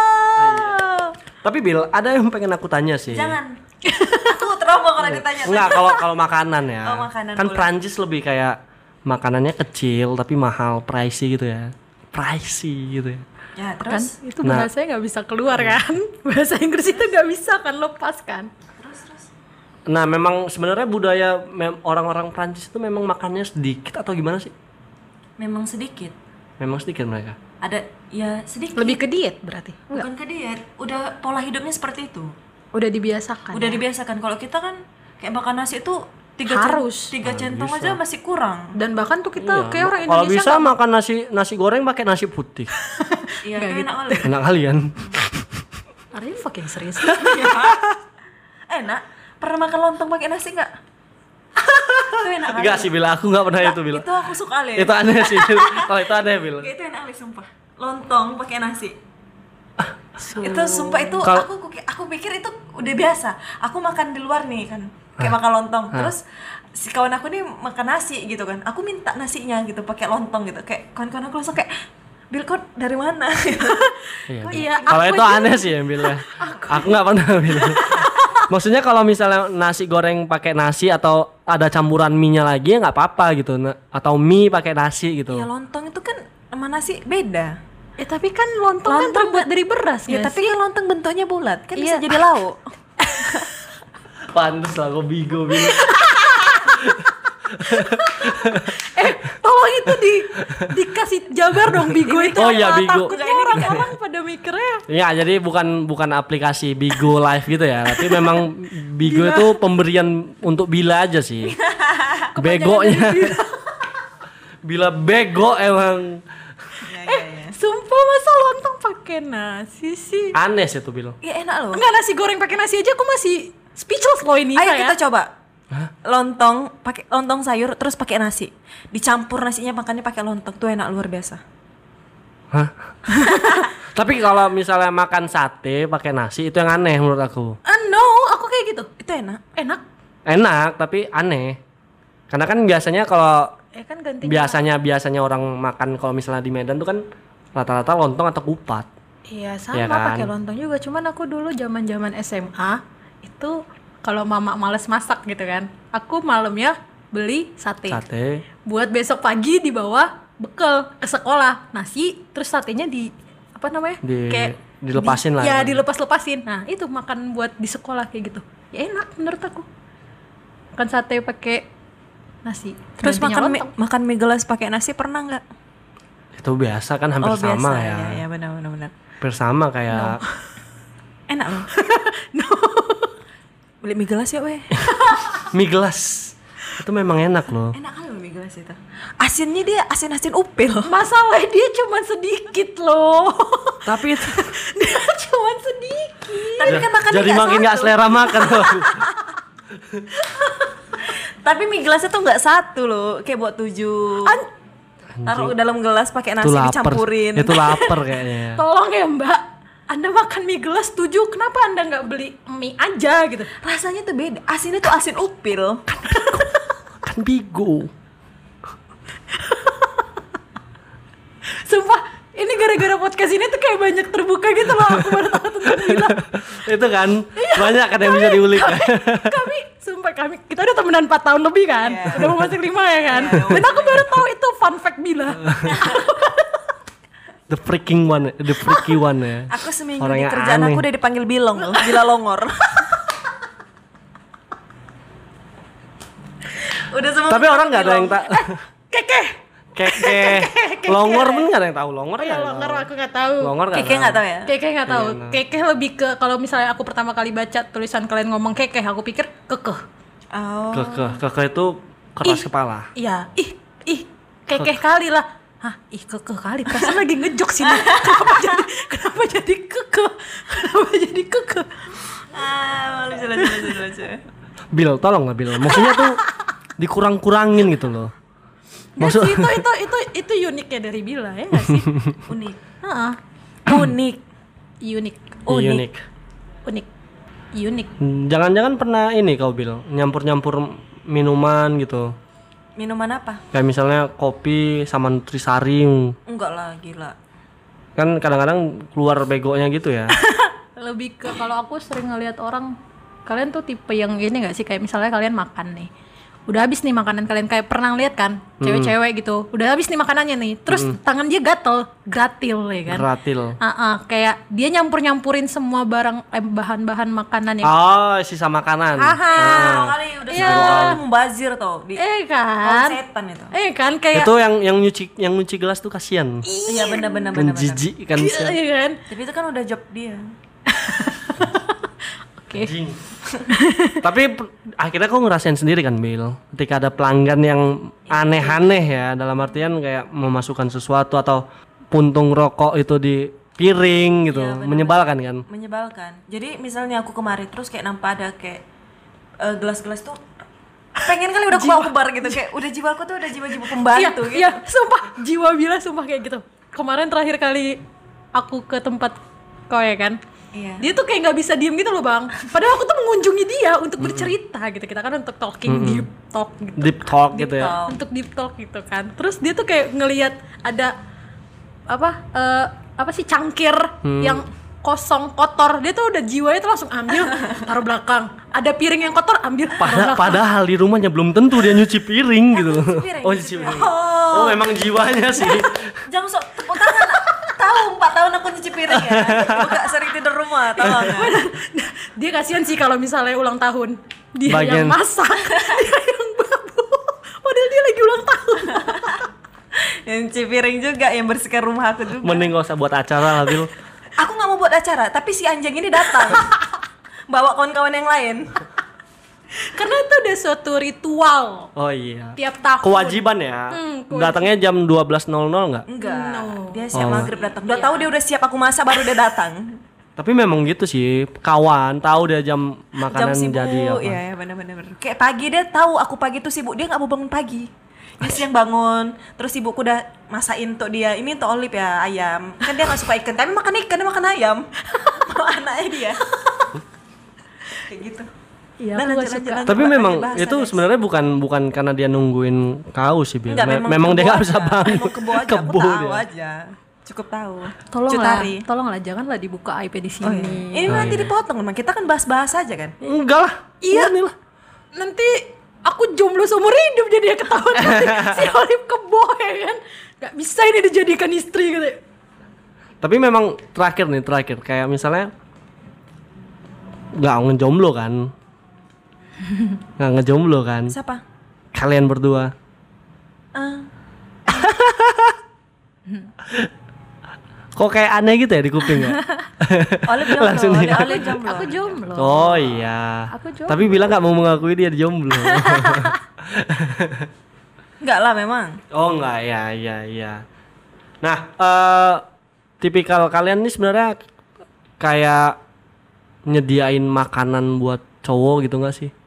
Tapi Bil, ada yang pengen aku tanya sih. Jangan. Aku trauma kalau ditanya. Enggak, kalau makanan ya. Oh, makanan kan boleh. Perancis lebih kayak makanannya kecil tapi mahal, pricey gitu ya. Pricey gitu ya. Ya Kan terus. itu bahasanya nggak bisa keluar kan? Bahasa Inggris itu nggak bisa kan, lepas kan? Nah, memang sebenarnya budaya orang-orang Prancis itu memang makannya sedikit atau gimana sih? Memang sedikit. Memang sedikit mereka. Ada ya sedikit. Lebih ke diet berarti? Bukan ke diet. Udah pola hidupnya seperti itu. Udah dibiasakan. Udah ya? dibiasakan. Kalau kita kan kayak makan nasi itu Harus. tiga centong aja masih kurang. Dan bahkan tuh kita Iya, kayak orang kalau Indonesia bisa makan nasi goreng pakai nasi putih. Iya, Nggak kayak gitu. enak kali. Enak kalian. Are you fucking serious? Enak. Pernah makan lontong pakai nasi nggak? Itu enak kali. Enggak sih Bil, aku enggak pernah itu Bil. Itu aku suka lihat. Itu aneh sih. Kalau itu aneh Bil. Kayak itu enak kali sumpah. Lontong pakai nasi. Itu sumpah itu aku pikir itu udah biasa. Aku makan di luar nih kan. Kayak makan lontong. Terus si kawan aku nih makan nasi gitu kan. Aku minta nasinya gitu pakai lontong gitu. Kayak kawan-kawan aku langsung kayak Bil kok dari mana? Iya, Kalau aku itu aneh sih ya Bil. Aku nggak pernah Bil. Maksudnya kalau misalnya nasi goreng pakai nasi atau ada campuran mie-nya lagi ya nggak apa-apa gitu. Atau mie pakai nasi gitu. Ya lontong itu kan sama nasi beda. tapi kan lontong kan terbuat dari beras Ya nggak tapi sih? kan lontong bentuknya bulat kan Iya. bisa jadi lauk. Pantes lah kok bigo Bil. Tolong itu dikasih jabar dong Bigo itu. Oh iya, Bigo. Takutnya orang-orang pada mikirnya. Ya jadi bukan aplikasi Bigo Live gitu ya. Tapi memang Bigo itu pemberian untuk Bila aja sih. Begonya. Bila bego emang. Sumpah masa lontong pakai nasi sih? Aneh sih tuh Bil. Ya enak loh. Enggak, nasi goreng pakai nasi aja aku masih speechless loh ini. Ayo ya. kita coba. Lontong pakai lontong sayur terus pakai nasi. Dicampur nasinya makannya pakai lontong. Tuh enak luar biasa. Hah? Tapi kalau misalnya makan sate pakai nasi itu yang aneh menurut aku. No, aku kayak gitu. Itu enak. Enak. Enak tapi aneh. Karena kan biasanya kalau Kan ganti. biasanya orang makan kalau misalnya di Medan tuh kan rata-rata lontong atau kupat. Iya sama Iya kan? pakai lontong juga. Cuman aku dulu zaman SMA itu kalau mama males masak gitu kan, aku malamnya beli sate. Sate. Buat besok pagi dibawa bekal ke sekolah, nasi terus satenya di apa namanya? Dilepasin lah. Ya ya. dilepas-lepasin. Nah itu makan buat di sekolah kayak gitu. Ya enak menurut aku. Makan sate pakai nasi. Terus Gantinya lontong. makan mie gelas pakai nasi pernah nggak? Itu biasa kan hampir sama biasa ya. Ya benar. Hampir sama kayak Enak loh. Beli mie gelas ya weh. mie gelas. Itu memang enak loh. Enak kali loh mie gelas itu. Asinnya dia asin-asin upil. Masalah dia cuman sedikit loh. Tapi itu Dia cuman sedikit. Tapi kan makannya jadi makin nggak selera makan loh. Tapi mie gelasnya tuh nggak satu loh, kayak buat 7. Taruh ke dalam gelas pakai nasi Itu lapar. dicampurin. Itu lapar kayaknya. Tolong ya Mbak, Anda makan mie gelas 7, kenapa Anda nggak beli mie aja gitu? Rasanya tuh beda. Asinnya tuh asin upil. Kan bigo. Sumpah, ini gara-gara podcast ini tuh kayak banyak terbuka gitu loh. Aku baru tahu tentang Bila. Itu kan banyak kan yang bisa diulik. Kita udah temenan 4 tahun lebih kan? Iya. Udah mau masuk 5 ya kan? Dan aku baru tahu itu fun fact Bila. The freaking one ya. Aku seminggu Orang di yang kerjaan aneh. aku udah dipanggil Bilong loh, Bila Longor. Udah semua. Tapi orang nggak ada yang tak. Kekeh. Keke. Longor pun nggak ada yang tahu. Longor Ya nggak longgar tahu. aku nggak tahu. Longor Keke nggak tahu ya? Kekeh nggak tahu. Iya, Kekeh lebih ke kalau misalnya aku pertama kali baca tulisan kalian ngomong kekeh, aku pikir kekeh. Oh. Keke itu keras kepala. Iya, ih, kekeh kali lah. Hah, kekeh kali. Perasaan lagi ngejok sini. Kenapa jadi kekeh? Kenapa jadi kekeh? Lucu. Bil, tolong lah Bil. Maksudnya tuh dikurang-kurangin gitu loh. Maksud itu uniknya dari Bila ya nggak sih? Unik. Heeh. Unik. Unik. Jangan-jangan pernah ini kau Bil, nyampur-nyampur minuman gitu. Minuman apa? Kayak misalnya kopi sama nutrisari. Enggak lah, gila. Kan kadang-kadang keluar begonya gitu ya. Lebih ke kalau aku sering ngelihat orang, kalian tuh tipe yang ini nggak sih, kayak misalnya kalian makan nih, udah habis nih makanan kalian, kayak pernah lihat kan cewek-cewek gitu, udah habis nih makanannya nih, terus tangan dia gratil ya kan. Gratil. Kayak dia nyampur-nyampurin semua barang bahan-bahan makanan yang Oh, sisa makanan. Kali udah Iya. semua membazir tuh di kan setan itu. kan kayak Itu yang nyuci gelas tuh kasihan. Iya benar. Menjijikkan sih. iya kan. Tapi itu kan udah job dia. Oke. Anjing. Tapi akhirnya kau ngerasain sendiri kan Bil, ketika ada pelanggan yang aneh-aneh ya, dalam artian kayak memasukkan sesuatu atau puntung rokok itu di piring gitu, menyebalkan kan? Menyebalkan. Jadi misalnya aku kemari terus kayak nampak ada kayak gelas-gelas tuh pengen kali udah kebawa kebar gitu, kayak udah jiwaku tuh udah jiwa-jiwa pembantu gitu. Iya, sumpah jiwa Bila sumpah kayak gitu. Kemarin terakhir kali aku ke tempat kau ya kan, dia tuh kayak nggak bisa diem gitu loh bang. Padahal aku tuh mengunjungi dia untuk bercerita gitu. Kita kan untuk talking deep talk gitu. Deep talk gitu ya. Untuk deep talk gitu kan. Terus dia tuh kayak ngelihat ada apa sih cangkir yang kosong kotor, dia tuh udah jiwanya tuh langsung ambil taruh belakang. Ada piring yang kotor ambil taruh belakang. Padahal di rumahnya belum tentu dia nyuci piring gitu. piring, Oh, nyuci nyuci piring. Oh, memang jiwanya sih. Jangan sok tepuk tangan. Tahu 4 tahun aku nyuci piring ya. Aku gak sering tidur rumah, tolong ya. Dia kasihan sih kalau misalnya ulang tahun dia Bagian- yang masak, dia yang babu. Padahal dia lagi ulang tahun. Yang nyuci piring juga, yang bersihkan rumah aku juga. Mending gak usah buat acara lah, Bil. Aku gak mau buat acara, tapi si anjing ini datang. Bawa kawan-kawan yang lain. Karena itu udah suatu ritual Oh iya. tiap tahun. Kewajiban ya. Datangnya jam 12.00 enggak? Enggak, No. dia siap maghrib datang. Udah tahu dia udah siap aku masak baru dia datang. Tapi memang gitu sih, kawan tahu dia jam makanan Jam sibuk, jadi apa. iya benar-benar. Kayak pagi dia tahu aku pagi tuh sibuk, dia nggak mau bangun pagi. Dia siang bangun, terus ibuku udah masain untuk dia. Ini untuk Olip ya, ayam. Kan dia nggak suka ikan, tapi makan ikan, dia makan ayam. Mau anaknya dia. Kayak gitu. Iya, Nah, aku lanjut, gak suka. lanjut, Tapi lanjut, memang lanjut bahasa, itu guys. sebenarnya bukan karena dia nungguin kau sih, Bil. Enggak, Memang dia kebo nggak bisa aja. bangun. Emang kebo aja, aku Kebo tahu dia. aja. Cukup tahu. Tolonglah, tolonglah janganlah dibuka IP di sini. Oh, iya. Ini nanti dipotong emang. Kita kan bahas-bahas aja kan. Enggak lah. Iya. Inilah. Nanti aku jomblo seumur hidup jadi ya ketahuan nanti si Olip kebo ya kan. Gak bisa ini dijadikan istri gitu. Tapi memang terakhir kayak misalnya nggak ngejomblo kan. Nggak ngejomblo kan. Siapa? Kalian berdua. Kok kayak aneh gitu ya di kuping ya? Olip jomblo. Langsung dia. Olip jomblo. Aku jomblo. Oh iya. Aku jomblo. Tapi bilang nggak mau mengakui dia jomblo. Enggak lah memang. Oh enggak, ya. Nah, tipikal kalian nih sebenarnya kayak nyediain makanan buat cowok gitu nggak sih?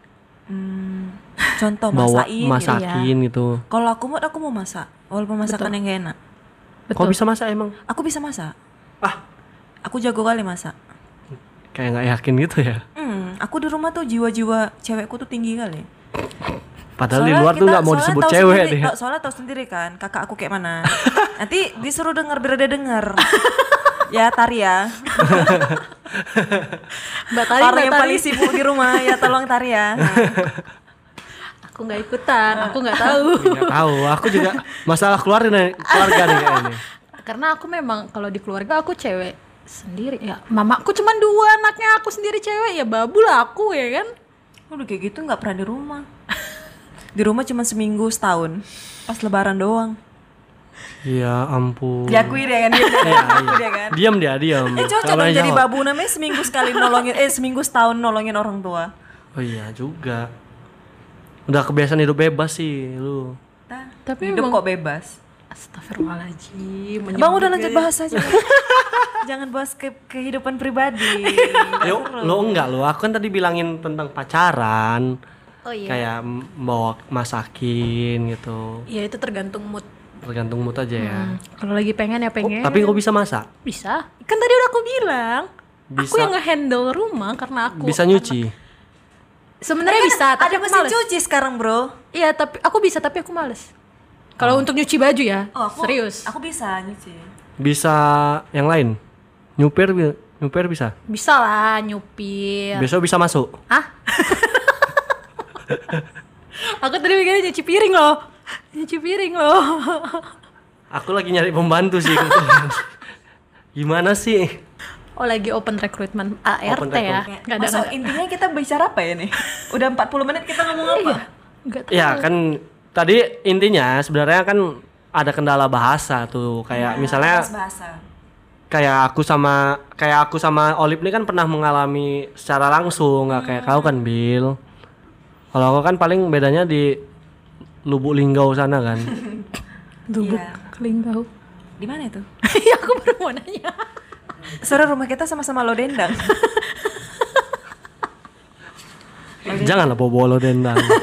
Contoh Bawa masakin. gitu. Kalau aku mau masak, walaupun masakan yang gak enak. Kok bisa masak emang? Aku bisa masak. Ah, Aku jago kali masak. kayak nggak yakin gitu ya. Aku di rumah tuh jiwa-jiwa cewekku tuh tinggi kali. Padahal di luar tuh nggak mau disebut cewek deh. Soalnya tahu sendiri kan, kakak aku kayak mana. Nanti disuruh denger biar dia denger. Ya Tari ya. Mbak Tari, Orang Mbak yang Tari. paling sibuk di rumah ya tolong Tari ya. Aku nggak ikutan, aku nggak tahu. Nggak tahu. Aku juga masalah keluarga nih kayaknya. Karena aku memang kalau di keluarga aku cewek sendiri ya. Mamaku cuma 2 anaknya, aku sendiri cewek ya babu lah aku ya kan. Udah kayak gitu nggak pernah di rumah. Di rumah cuma seminggu setahun. Pas lebaran doang. Ya ampun. Diakui dia kan dia. Aku dia kan. Diam. Cocok Nggak dong boleh jadi jawab. babu namanya seminggu sekali nolongin seminggu setahun nolongin orang tua. Oh iya juga. Udah kebiasaan hidup bebas sih lu. Nah, Tapi hidup emang- kok bebas. Astagfirullahaladzim. Bang udah lanjut bahas aja. Jangan bahas kehidupan pribadi. Yo, lo enggak lo. Aku kan tadi bilangin tentang pacaran. Oh iya. Kayak bawa masakin gitu. Ya itu tergantung mood. Tergantung mood aja ya. Kalau lagi pengen ya pengen. Tapi kok bisa masak? Bisa. Kan tadi udah aku bilang. Aku Bisa. yang nge-handle rumah karena aku Bisa nyuci. sebenarnya bisa, tapi ada aku mesin males. cuci sekarang, Bro. Iya, tapi aku bisa tapi aku males. Kalau untuk nyuci baju ya, serius. Aku bisa nyuci. Bisa yang lain? Nyupir bisa? Bisa lah nyupir. Besok bisa masuk? Hah? Aku tadi mikirnya nyuci piring loh. Nyuci piring loh. Aku lagi nyari pembantu sih kebetulan. Gimana sih? Oh lagi open recruitment ART Open ya. recruitment. Nggak ada. Masuk intinya kita bicara apa ya nih? Udah 40 menit kita ngomong apa? Iya. Nggak tahu. Ya kan tadi intinya sebenarnya kan ada kendala bahasa tuh. Kayak misalnya bahasa. kayak aku sama Olip ini kan pernah mengalami secara langsung, nggak kayak kau kan, Bill. Kalau aku kan paling bedanya di Lubuk Linggau sana kan. Lubuk Iya. Linggau. Di mana itu? Iya aku baru mau nanya. Soalnya rumah kita sama-sama Lodendang. Janganlah bawa-bawa lo dendang.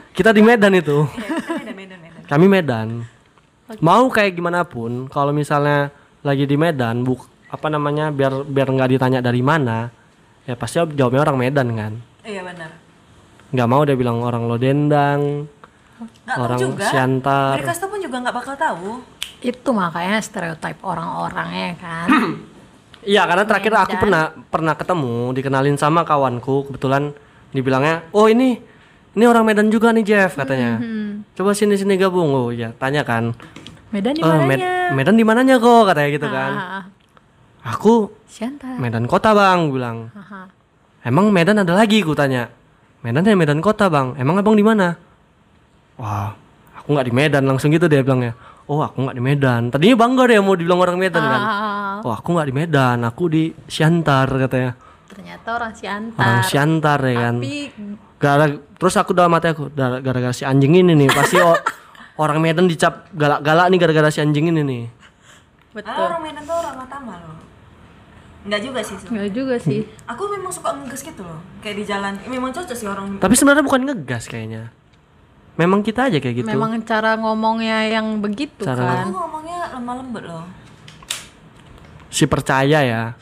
Kita di Medan itu. Iya, kita Medan. Kami Medan. Mau kayak gimana pun, kalau misalnya lagi di Medan, biar nggak ditanya dari mana, ya pasti jawabnya orang Medan kan. Iya benar. Nggak mau dia bilang orang Lodendang, Nggak tahu orang juga. Siantar. Mereka pun juga nggak bakal tahu. Itu makanya stereotip orang-orangnya kan. Iya, karena terakhir aku pernah ketemu, dikenalin sama kawanku, kebetulan dibilangnya, "Oh, ini orang Medan juga nih, Jeff," katanya. "Coba sini gabung." Oh, ya, tanya kan. Medan di mananya? Medan di mananya kok, katanya gitu kan. Aku Siantar. Medan kota, Bang, bilang. Emang Medan ada lagi, ku tanya. Medan ya Medan kota, Bang. Emang Abang di mana? Wah, aku nggak di Medan, langsung gitu dia bilangnya. Oh, aku nggak di Medan. Tadinya bangga deh mau dibilang orang Medan kan. Oh, aku nggak di Medan, aku di Siantar, katanya. Ternyata orang Siantar. Orang Siantar ya kan. Terus aku dalam hati aku, gara-gara si anjing ini nih, pasti orang Medan dicap galak-galak nih gara-gara si anjing ini nih. Betul. Orang Medan tuh orang Matama loh. Enggak juga sih. Enggak juga sih. Aku memang suka ngegas gitu loh. Kayak di jalan, memang cocok sih orang. Tapi sebenarnya bukan ngegas kayaknya. Memang kita aja kayak gitu. Memang cara ngomongnya yang begitu kan. Aku ngomongnya lemah lembut loh. Si percaya ya.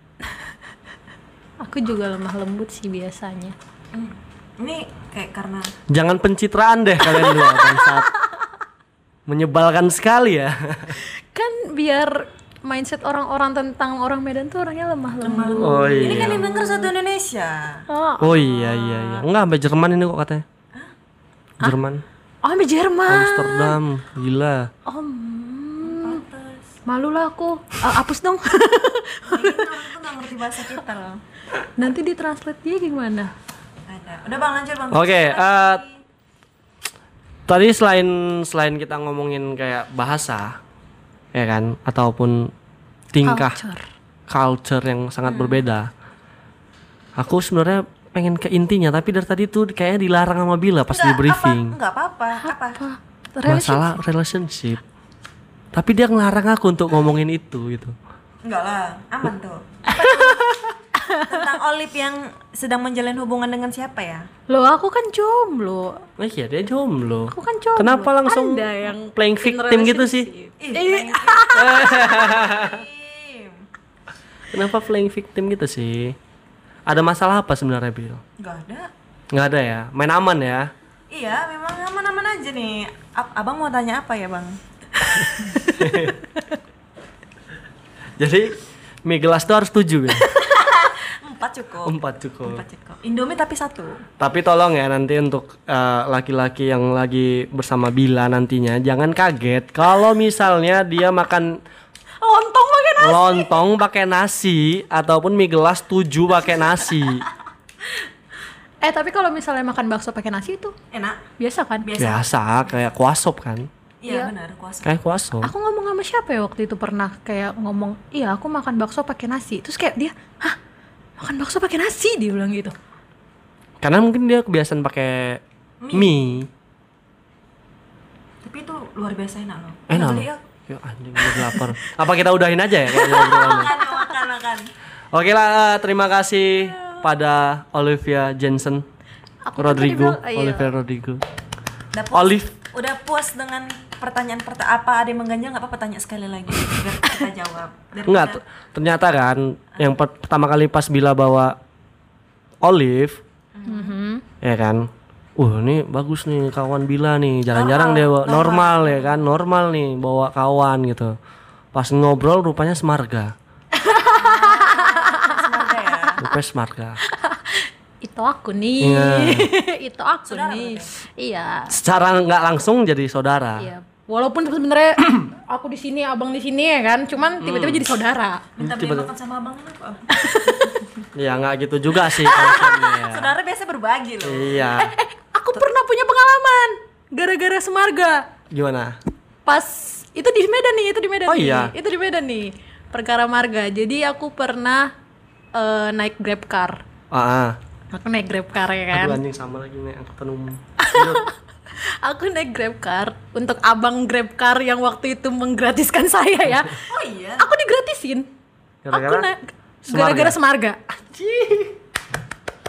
Aku juga lemah lembut sih biasanya. Ini kayak karena Jangan pencitraan deh kalian dua bangsat. Menyebalkan sekali ya. Kan biar mindset orang-orang tentang orang Medan tuh orangnya lemah lembut. Oh ini kan iya. yang denger satu Indonesia. Oh iya. Enggak, sampai Jerman ini kok katanya. Jerman. Oh, sampai Jerman. Amsterdam, gila. Pantes. Malu lah aku. Hapus dong. Ini orang tuh nggak ngerti bahasa kita loh. Nanti ditranslate dia gimana? Ada. Udah Bang, lanjut Bang. Oke, tadi selain kita ngomongin kayak bahasa, ya kan, ataupun tingkah culture yang sangat berbeda. Aku sebenarnya pengen ke intinya, tapi dari tadi tuh kayaknya dilarang sama Bila pas di briefing. Enggak apa-apa. Apa? Masalah relationship. Tapi dia ngelarang aku untuk ngomongin itu gitu. Enggak lah, aman tuh. Apa tuh? Tentang Olive yang sedang menjalin hubungan dengan siapa ya? Loh, aku kan jomblo. Oh iya, dia jomblo. Aku kan jomblo. Kenapa langsung Anda yang playing in victim gitu sih? Ih, Kenapa playing victim gitu sih? Ada masalah apa sebenarnya, Bil? enggak ada. Nggak ada ya? Main aman ya? Iya, memang aman-aman aja nih. Abang mau tanya apa ya, Bang? Jadi mie gelas tuh harus 7 ya? 4 cukup. 4 cukup. 4 cukup. Indomie tapi 1. Tapi tolong ya nanti untuk laki-laki yang lagi bersama Bila nantinya jangan kaget kalau misalnya dia makan lontong pakai nasi ataupun mie gelas 7 pakai nasi. Tapi kalau misalnya makan bakso pakai nasi itu Enak. biasa kan? Biasa kayak kuasop kan? Iya, benar, kuasa. Kayak kuasop. Aku ngomong sama siapa ya waktu itu pernah kayak ngomong, "Iya, aku makan bakso pakai nasi." Terus kayak dia, "Hah? Makan bakso pakai nasi?" Dia bilang gitu. Karena mungkin dia kebiasaan pakai mie. Tapi itu luar biasa enak loh. Enak Beli loh. ya. Ya anjing udah lapar. Apa kita udahin aja ya? Makan. Oke lah, terima kasih pada Olivia Jensen. Aku Rodrigo, kan tadi bilang, Olivia Rodrigo. Udah puas, Olive. Udah puas dengan pertanyaan apa ada yang mengganjal nggak apa-apa tanya sekali lagi biar kita jawab. Enggak, ternyata kan yang pertama kali pas Bila bawa Olive, ya kan, ini bagus nih kawan Bila nih, jarang-jarang dia bawa normal ya kan, normal nih bawa kawan gitu. Pas ngobrol rupanya Semarga. Semoga ya. Rupanya Semarga. Itu aku nih. Iya. Itu aku Saudara nih. Iya. Secara nggak langsung jadi saudara. Iya. Walaupun sebenarnya aku di sini, abang di sini ya kan, cuman tiba-tiba jadi saudara. Minta beli makan sama abang apa? Ya nggak gitu juga sih konsepnya ya. Saudara biasa berbagi loh. Iya. Aku pernah punya pengalaman gara-gara Semarga. Gimana? Pas itu di Medan nih, itu di Medan Oh, nih. iya? Itu di Medan nih. Perkara marga. Jadi aku pernah naik Grab car. Aku naik Grab car ya kan. Aduh anjing sama lagi nih angkutan umum. Aku naik Grab car untuk abang Grab car yang waktu itu menggratiskan saya ya. Oh iya. Aku digratisin. Gara-gara Aku naik gara-gara Semarga.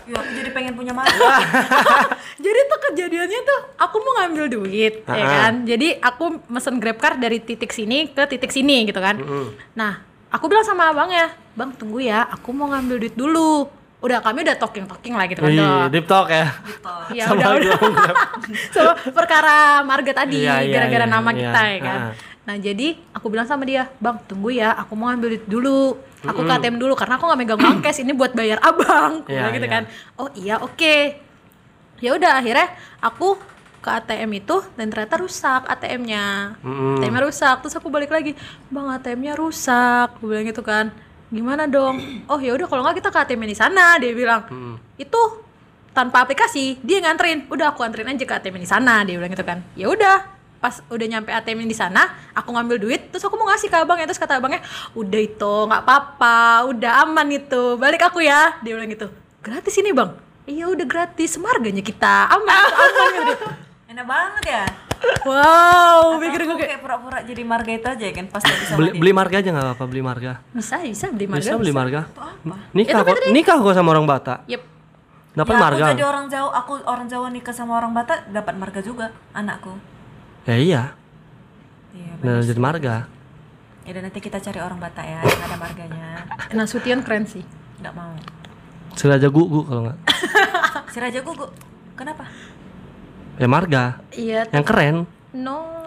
Ya, aku jadi pengen punya marga. Jadi tuh kejadiannya tuh aku mau ngambil duit, ya kan. Jadi aku mesen GrabCar dari titik sini ke titik sini gitu kan. Nah, aku bilang sama abangnya, "Bang, tunggu ya, aku mau ngambil duit dulu." Udah, kami udah talking lah gitu kan. Deep talk ya. Ya Sama udah. Sama perkara marga tadi, Iya, gara-gara iya, nama iya. kita ya kan. Nah, jadi aku bilang sama dia, "Bang, tunggu ya, aku mau ngambil duit dulu. Aku ke ATM dulu karena aku nggak megang uang cash, ini buat bayar abang." Aku Iya, bilang gitu iya. kan. "Oh iya, oke." Ya udah, akhirnya aku ke ATM itu dan ternyata rusak ATM-nya. ATM-nya rusak, terus aku balik lagi, "Bang, ATM-nya rusak." Aku bilang gitu kan. "Gimana dong?" "Oh ya udah, kalau nggak kita ke ATM di sana," dia bilang. Itu tanpa aplikasi, dia nganterin. "Udah, aku anterin aja ke ATM di sana," dia bilang gitu kan. Ya udah, pas udah nyampe ATM di sana, aku ngambil duit, terus aku mau ngasih ke abangnya, terus kata abangnya, "Udah itu, nggak apa-apa, udah aman itu, balik aku ya," dia bilang gitu. "Gratis ini bang?" "Iya udah gratis, marganya kita aman gitu." Enak banget ya. Wow, Atau mikir aku gue kayak kayak pura-pura jadi marga itu aja kan pas lagi sama Beli, dia. beli marga aja nggak apa-apa, beli marga. bisa beli marga. Bisa beli marga. Itu apa? Nikah kok sama orang Batak. Yep. Dapat Ya, marga. aku jadi orang Jawa, aku orang Jawa nikah sama orang Batak dapat marga juga anakku. Ya iya. Iya, Nah, jadi marga. ya udah nanti kita cari orang Batak ya yang ada marganya. Nasution keren sih. Nggak mau. Seraja gugu kalau nggak. Si Raja Gugu. Kenapa? Ya marga. Iya. Yang keren. No.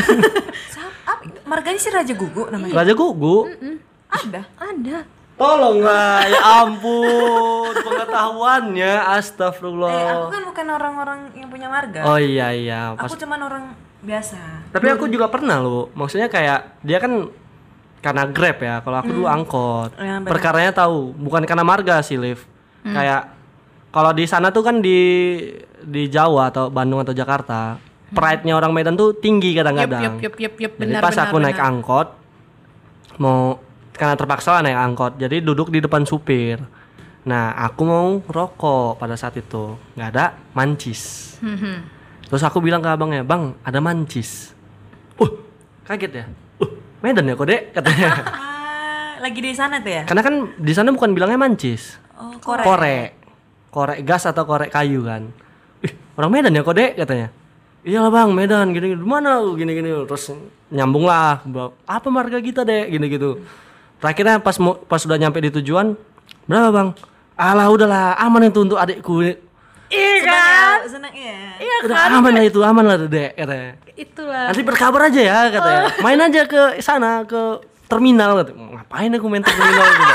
Marganya si Raja Gugu namanya. Raja gugu. Ada. Ada. Tolonglah, ya ampun, pengetahuannya, astagfirullah. Aku kan bukan orang-orang yang punya marga. Oh iya iya, pas. Aku cuman orang biasa. Tapi aku juga pernah loh, maksudnya kayak dia kan karena Grab ya, kalau aku dulu angkot. Ya, benar. Perkaranya tahu, bukan karena marga sih, Liv. Kayak kalau di sana tuh kan di Jawa atau Bandung atau Jakarta, pride-nya orang Medan tuh tinggi kadang-kadang. Yup, Jadi benar, pas benar, aku naik benar. angkot, mau karena terpaksa lah naik angkot, jadi duduk di depan supir. Nah, aku mau rokok pada saat itu, nggak ada mancis. Terus aku bilang ke abangnya, "Bang, ada mancis." Kaget ya. Medan ya kok, Dek, katanya. Lagi di sana tuh ya? Karena kan di sana bukan bilangnya mancis. Oh, Korek gas atau korek kayu kan. Orang Medan ya kok, Dek, katanya. "Iyalah Bang, Medan gini-gini." "Mana lu?" Gini-gini. Terus nyambung lah, "Apa marga kita, Dek?" Gini-gitu. Terakhirnya pas sudah nyampe di tujuan, "Berapa Bang?" "Alah udahlah, aman itu untuk adikku." Iya kan? Senang ya. Iya "Udah kan? aman lah itu, aman lah Dek," katanya. Itulah. "Nanti berkabar aja ya," katanya. "Main aja ke sana, ke terminal," katanya. "Ngapain aku main terminal gitu?"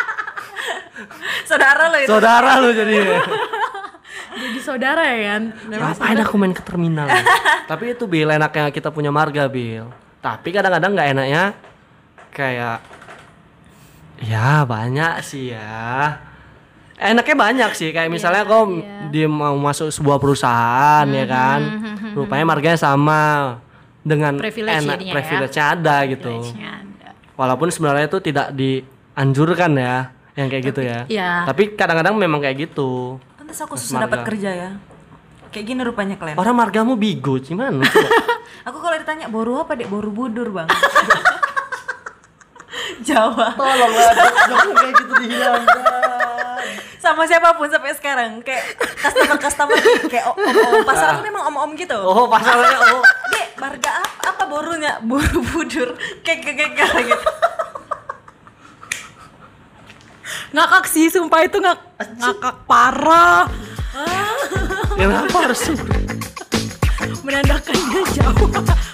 Saudara lo itu. Saudara lu jadinya. Jadi saudara ya kan? Ngapain aku main ke terminal? Tapi itu Bil, enaknya kita punya marga Bil. Tapi kadang-kadang nggak enaknya kayak ya banyak sih ya. Enaknya banyak sih, kayak misalnya kok dia mau masuk sebuah perusahaan ya kan, rupanya marganya sama dengan Privilege enak, jadinya ya. privilege-nya ada gitu. Privilege-nya ada. Walaupun sebenarnya itu tidak dianjurkan ya, yang kayak gitu ya. iya. Tapi kadang-kadang memang kayak gitu. Pantes aku susah dapat kerja ya. Kayak gini rupanya kalian. Orang margamu bigo, gimana? Aku kalau ditanya boru apa, Dek? Borobudur, Bang. Jawa. Tolonglah, jangan kayak gitu dihilangkan. Sama siapapun sampai sekarang kayak customer kayak om-om pasar tuh memang om-om gitu. Oh, pasalnya oh. Dek, marga apa borunya? Borobudur. Kayak gitu. Ngakak sih, sumpah itu ngakak parah. Kenapa harus Menandakan dia Jawa.